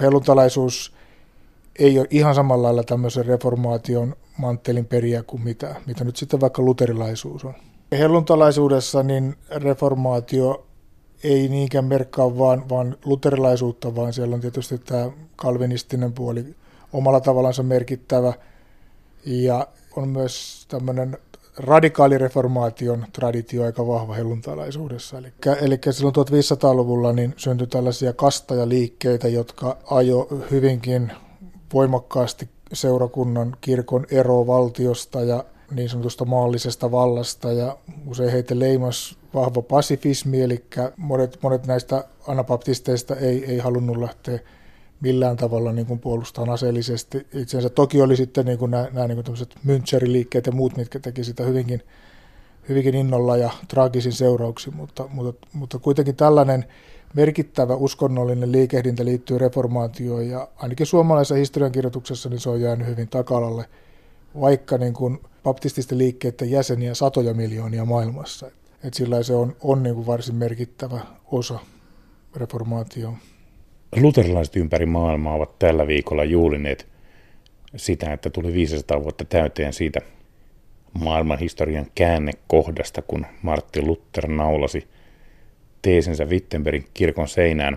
Helluntalaisuus ei ole ihan samalla lailla tämmöisen reformaation manttelin periä kuin mitä nyt sitten vaikka luterilaisuus on. Helluntalaisuudessa niin reformaatio ei niinkään merkkaa vaan luterilaisuutta, vaan siellä on tietysti tämä kalvinistinen puoli omalla tavallansa merkittävä. Ja on myös tämmöinen radikaalireformaation traditio aika vahva helluntalaisuudessa. Eli silloin 1500-luvulla niin syntyi tällaisia kastajaliikkeitä, jotka ajo hyvinkin voimakkaasti seurakunnan kirkon eroa valtiosta ja niin sanotusta maallisesta vallasta, ja usein heitä leimasi vahva pasifismi, eli monet näistä anabaptisteista ei halunnut lähteä millään tavalla niin kuin puolustamaan aseellisesti itseensä. Toki oli sitten niin kuin nämä niin kuin tämmöiset Müncheriliikkeet ja muut, mitkä teki sitä hyvinkin innolla ja traagisin seurauksin, mutta kuitenkin tällainen merkittävä uskonnollinen liikehdintä liittyy reformaatioon, ja ainakin suomalaisessa historiankirjoituksessa niin se on jäänyt hyvin taka-alalle, vaikka niin kuin baptististen liikkeiden jäseniä satoja miljoonia maailmassa. Et sillä se on niin kuin varsin merkittävä osa reformaatioon. Luterilaiset ympäri maailmaa ovat tällä viikolla juhlineet sitä, että tuli 500 vuotta täyteen siitä maailmanhistorian käännekohdasta, kun Martin Luther naulasi teesinsä Wittenbergin kirkon seinään.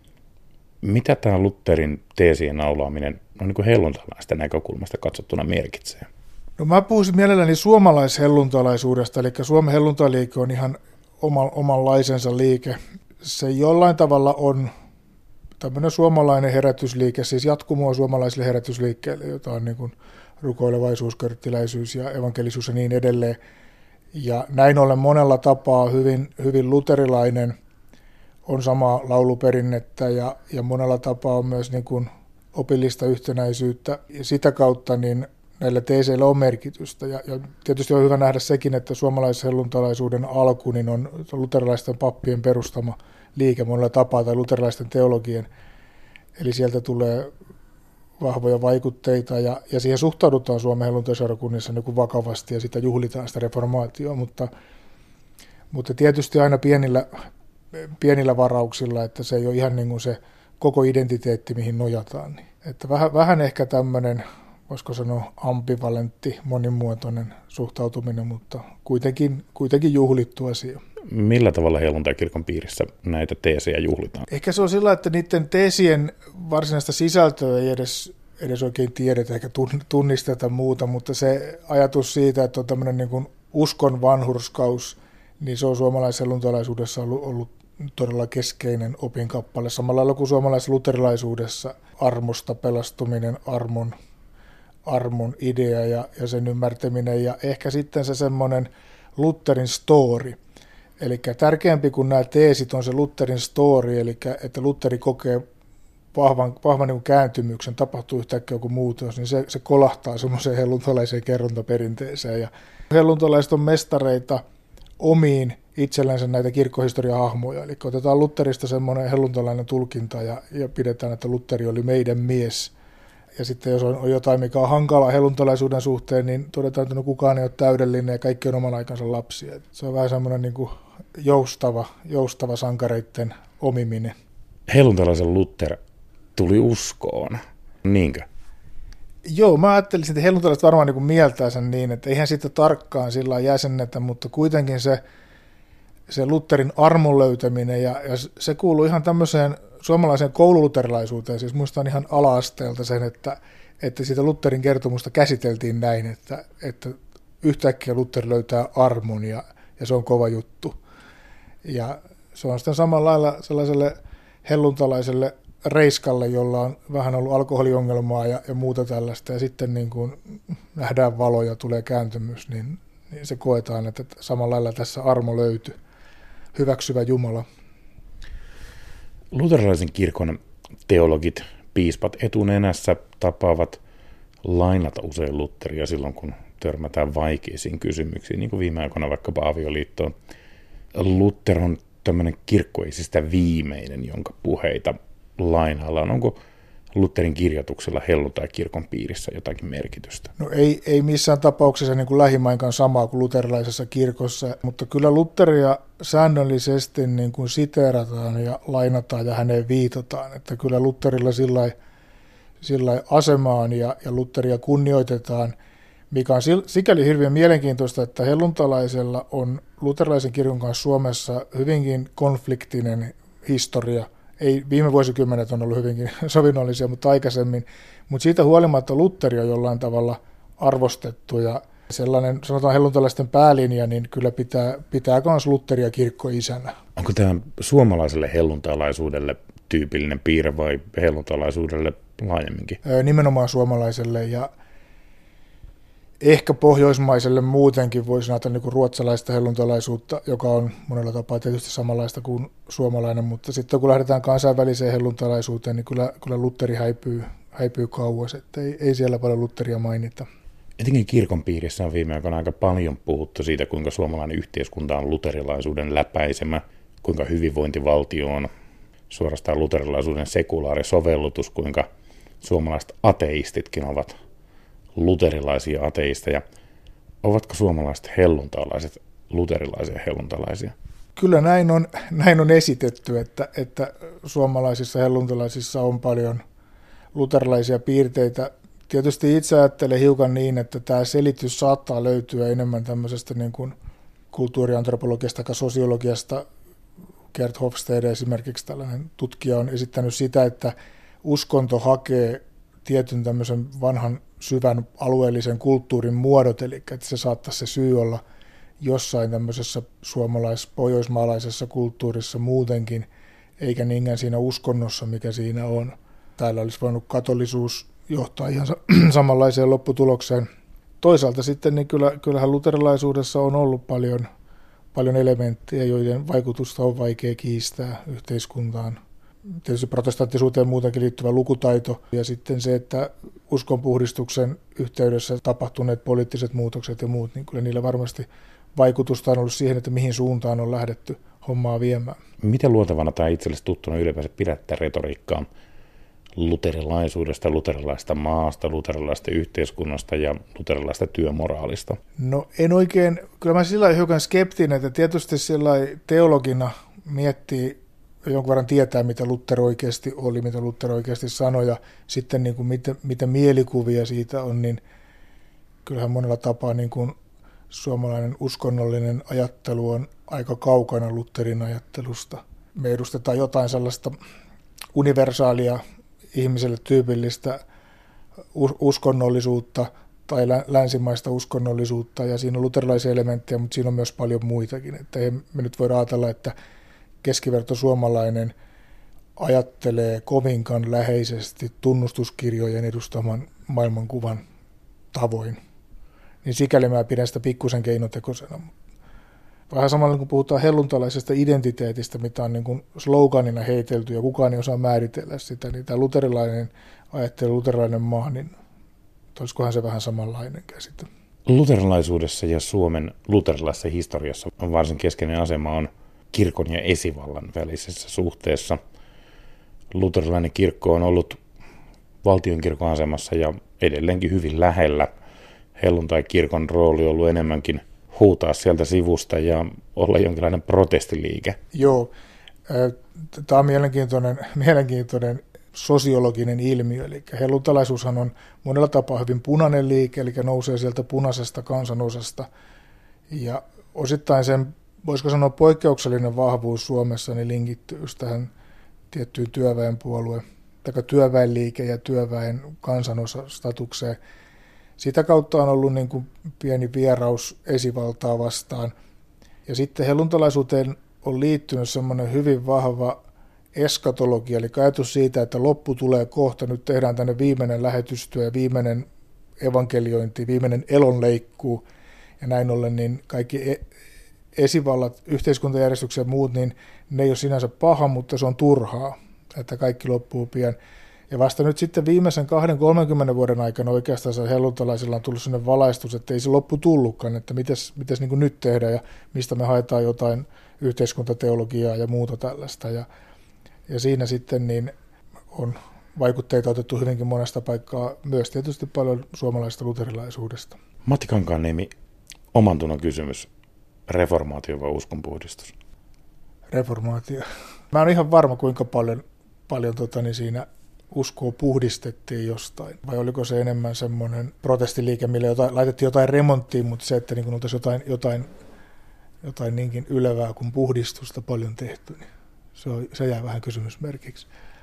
Mitä tämä Lutherin teesien naulaaminen on niin kuin helluntalaisten näkökulmasta katsottuna merkitsee? No mä puhuisin mielelläni suomalaishelluntalaisuudesta, eli Suomen helluntaliike on ihan omanlaisensa liike. Se jollain tavalla on tämmöinen suomalainen herätysliike, siis jatkumoa suomalaisille herätysliikkeille, jota on niin kuin rukoilevaisuus, körttiläisyys ja evankelisuus ja niin edelleen. Ja näin ollen monella tapaa hyvin luterilainen, on samaa lauluperinnettä ja monella tapaa on myös niin kuin opillista yhtenäisyyttä. Ja sitä kautta niin näillä teeseillä on merkitystä. Ja tietysti on hyvä nähdä sekin, että suomalaishelluntalaisuuden alku niin on luterilaisten pappien perustama liike monella tapaa tai luterilaisten teologien. Eli sieltä tulee vahvoja vaikutteita ja siihen suhtaudutaan Suomen helluntaiseurakunnissa niin kuin vakavasti ja sitä juhlitaan sitä reformaatioa, mutta tietysti aina pienillä varauksilla, että se ei ole ihan niin kuin se koko identiteetti, mihin nojataan. Että vähän ehkä tämmöinen, voisiko sanoa ambivalentti, monimuotoinen suhtautuminen, mutta kuitenkin juhlittu asia. Millä tavalla helluntaikirkon piirissä näitä teesejä juhlitaan? Ehkä se on sillä, että niiden teesien varsinaista sisältöä ei edes oikein tiedetä eikä tunnisteta muuta, mutta se ajatus siitä, että on tämmöinen niin kuin uskon vanhurskaus, niin se on suomalaisessa helluntalaisuudessa ollut todella keskeinen opinkappale. Samalla lailla kuin suomalaisessa luterilaisuudessa armosta pelastuminen, armon idea ja sen ymmärtäminen ja ehkä sitten se semmoinen Lutherin story. Eli tärkeämpi kuin nämä teesit on se Lutherin story, eli että Lutheri kokee vahvan niin kuin kääntymyksen, tapahtuu yhtäkkiä joku muutos, niin se kolahtaa semmoiseen helluntalaiseen kerrontaperinteeseen. Ja helluntalaiset on mestareita omiin itsellensä näitä kirkkohistoriahahmoja, eli otetaan Lutherista semmoinen helluntalainen tulkinta ja pidetään, että Lutheri oli meidän mies. Ja sitten jos on jotain, mikä on hankalaa helluntalaisuuden suhteen, niin todetaan, että no kukaan ei ole täydellinen ja kaikki on oman aikansa lapsia. Se on vähän semmoinen niin kuin joustava sankareiden omiminen. Helluntalaisen Luther tuli uskoon, niinkö? Joo, mä ajattelisin, että helluntalaiset varmaan niin kuin mieltää sen niin, että eihän sitä tarkkaan sillä jäsennetä, mutta kuitenkin se Lutherin armon löytäminen ja se kuuluu ihan tämmöiseen suomalaiseen koululuterilaisuuteen, siis muistan ihan ala-asteelta sen, että sitä Lutherin kertomusta käsiteltiin näin, että yhtäkkiä Luther löytää armon ja se on kova juttu. Ja se on sitten samalla lailla sellaiselle helluntalaiselle reiskalle, jolla on vähän ollut alkoholiongelmaa ja muuta tällaista, ja sitten niin kuin nähdään valo ja tulee kääntymys, niin se koetaan, että samalla lailla tässä armo löytyy. Hyväksyvä Jumala. Luterilaisen kirkon teologit, piispat etunenässä tapaavat lainata usein Lutheria silloin, kun törmätään vaikeisiin kysymyksiin, niin kuin viime aikoina vaikkapa avioliittoon. Luther on tämmöinen kirkkoisista viimeinen, jonka puheita lainaillaan. Onko Lutherin kirjoituksella helluntai-kirkon piirissä jotakin merkitystä? No ei missään tapauksessa niin kuin lähimainkaan samaa kuin luterilaisessa kirkossa, mutta kyllä Lutheria säännöllisesti niin kuin siteerataan ja lainataan ja häneen viitataan. Että kyllä Lutherilla sillä asemaan ja Lutheria kunnioitetaan, mikä on sikäli hirveän mielenkiintoista, että helluntalaisella on luterilaisen kirkon kanssa Suomessa hyvinkin konfliktinen historia. Ei, viime vuosikymmenet on ollut hyvinkin sovinnollisia, mutta aikaisemmin. Mutta siitä huolimatta Lutheri on jollain tavalla arvostettu ja sellainen, sanotaan helluntalaisten päälinja, niin kyllä pitää myös Lutheria kirkkoisänä. Onko tämä suomalaiselle helluntalaisuudelle tyypillinen piirre vai helluntalaisuudelle laajemminkin? Nimenomaan suomalaiselle ja ehkä pohjoismaiselle muutenkin voisi nähdä niin kuin ruotsalaista helluntalaisuutta, joka on monella tapaa tietysti samanlaista kuin suomalainen, mutta sitten kun lähdetään kansainväliseen helluntalaisuuteen, niin kyllä Lutheri häipyy kauas, että ei siellä paljon Lutheria mainita. Etenkin kirkon piirissä on viime aikoina aika paljon puhuttu siitä, kuinka suomalainen yhteiskunta on luterilaisuuden läpäisemä, kuinka hyvinvointivaltio on suorastaan luterilaisuuden sekulaarisovellutus, kuinka suomalaiset ateistitkin ovat luterilaisia ateisteja. Ovatko suomalaiset helluntalaiset luterilaisia helluntalaisia? Kyllä näin on esitetty, että suomalaisissa helluntalaisissa on paljon luterilaisia piirteitä. Tietysti itse ajattelen hiukan niin, että tämä selitys saattaa löytyä enemmän tämmöisestä niin kuin kulttuuriantropologiasta tai sosiologiasta. Gert Hofstede esimerkiksi, tällainen tutkija, on esittänyt sitä, että uskonto hakee tietyn tämmöisen vanhan syvän alueellisen kulttuurin muodot, eli että se saattaisi se syy olla jossain tämmöisessä pohjoismaalaisessa kulttuurissa muutenkin, eikä niinkään siinä uskonnossa, mikä siinä on. Täällä olisi voinut katolisuus johtaa ihan samanlaiseen lopputulokseen. Toisaalta sitten niin kyllähän luterilaisuudessa on ollut paljon elementtejä, joiden vaikutusta on vaikea kiistää yhteiskuntaan. Tietysti protestanttisuuteen muutenkin liittyvä lukutaito ja sitten se, että uskonpuhdistuksen yhteydessä tapahtuneet poliittiset muutokset ja muut, niin kyllä niillä varmasti vaikutusta on ollut siihen, että mihin suuntaan on lähdetty hommaa viemään. Miten luontevana tai itsellesi tuttuna ylipäänsä pidättää retoriikkaa luterilaisuudesta, luterilaista maasta, luterilaista yhteiskunnasta ja luterilaista työmoraalista? No en oikein, kyllä mä sillä hiukan skeptinen, että tietysti sillä teologina miettii jonkun verran tietää, mitä Luther oikeasti oli, mitä Luther oikeasti sanoi, ja sitten niin kuin mitä mielikuvia siitä on, niin kyllähän monella tapaa niin kuin suomalainen uskonnollinen ajattelu on aika kaukana Lutherin ajattelusta. Me edustetaan jotain sellaista universaalia ihmiselle tyypillistä uskonnollisuutta tai länsimaista uskonnollisuutta, ja siinä on luterilaisia elementtejä, mutta siinä on myös paljon muitakin. Että ei me nyt voida ajatella, että keskiverto suomalainen ajattelee kovinkaan läheisesti tunnustuskirjojen edustaman maailmankuvan tavoin. Niin sikäli mä pidän sitä pikkusen keinotekoisena. Vähän samalla kun puhutaan helluntalaisesta identiteetistä, mitä on niin kuin sloganina heitelty ja kukaan ei osaa määritellä sitä, niin tämä luterilainen ajattelu, luterilainen maa, niin olisikohan se vähän samanlainen käsite. Luterilaisuudessa ja Suomen luterilaisessa historiassa on varsin keskeinen asema on kirkon ja esivallan välisessä suhteessa. Luterilainen kirkko on ollut valtionkirkon asemassa ja edelleenkin hyvin lähellä. Helluntai-kirkon rooli on ollut enemmänkin huutaa sieltä sivusta ja olla jonkinlainen protestiliike. Joo, tämä on mielenkiintoinen sosiologinen ilmiö. Eli helluntalaisuushan on monella tapaa hyvin punainen liike, eli nousee sieltä punaisesta kansanosasta. Ja osittain sen, voisiko sanoa, poikkeuksellinen vahvuus Suomessa niin linkittyy just tähän tiettyyn työväenliike ja työväen kansanosastatukseen. Sitä kautta on ollut niin kuin pieni vieraus esivaltaa vastaan. Ja sitten helluntalaisuuteen on liittynyt semmoinen hyvin vahva eskatologia, eli ajatus siitä, että loppu tulee kohta, nyt tehdään tänne viimeinen lähetystyö ja viimeinen evankeliointi, viimeinen elonleikkuu. Ja näin ollen niin kaikki esivallat, yhteiskuntajärjestykset ja muut, niin ne ei ole sinänsä paha, mutta se on turhaa, että kaikki loppuu pian. Ja vasta nyt sitten viimeisen 20-30 vuoden aikana oikeastaan helluntalaisilla on tullut sellainen valaistus, että ei se loppu tullutkaan, että mitäs niin kuin nyt tehdään ja mistä me haetaan jotain yhteiskuntateologiaa ja muuta tällaista. Ja siinä sitten niin on vaikutteita otettu hyvinkin monesta paikkaa, myös tietysti paljon suomalaisesta luterilaisuudesta. Matti Kankaanniemi, oman tunnon kysymys. Reformaatio vai uskonpuhdistus? Reformaatio. Mä oon ihan varma, kuinka paljon siinä uskoa puhdistettiin jostain. Vai oliko se enemmän semmoinen protestiliike, millä laitettiin jotain remonttiin, mutta se, että niin oltaisiin jotain niinkin ylevää kuin puhdistusta paljon tehty, niin se jää vähän kysymysmerkiksi.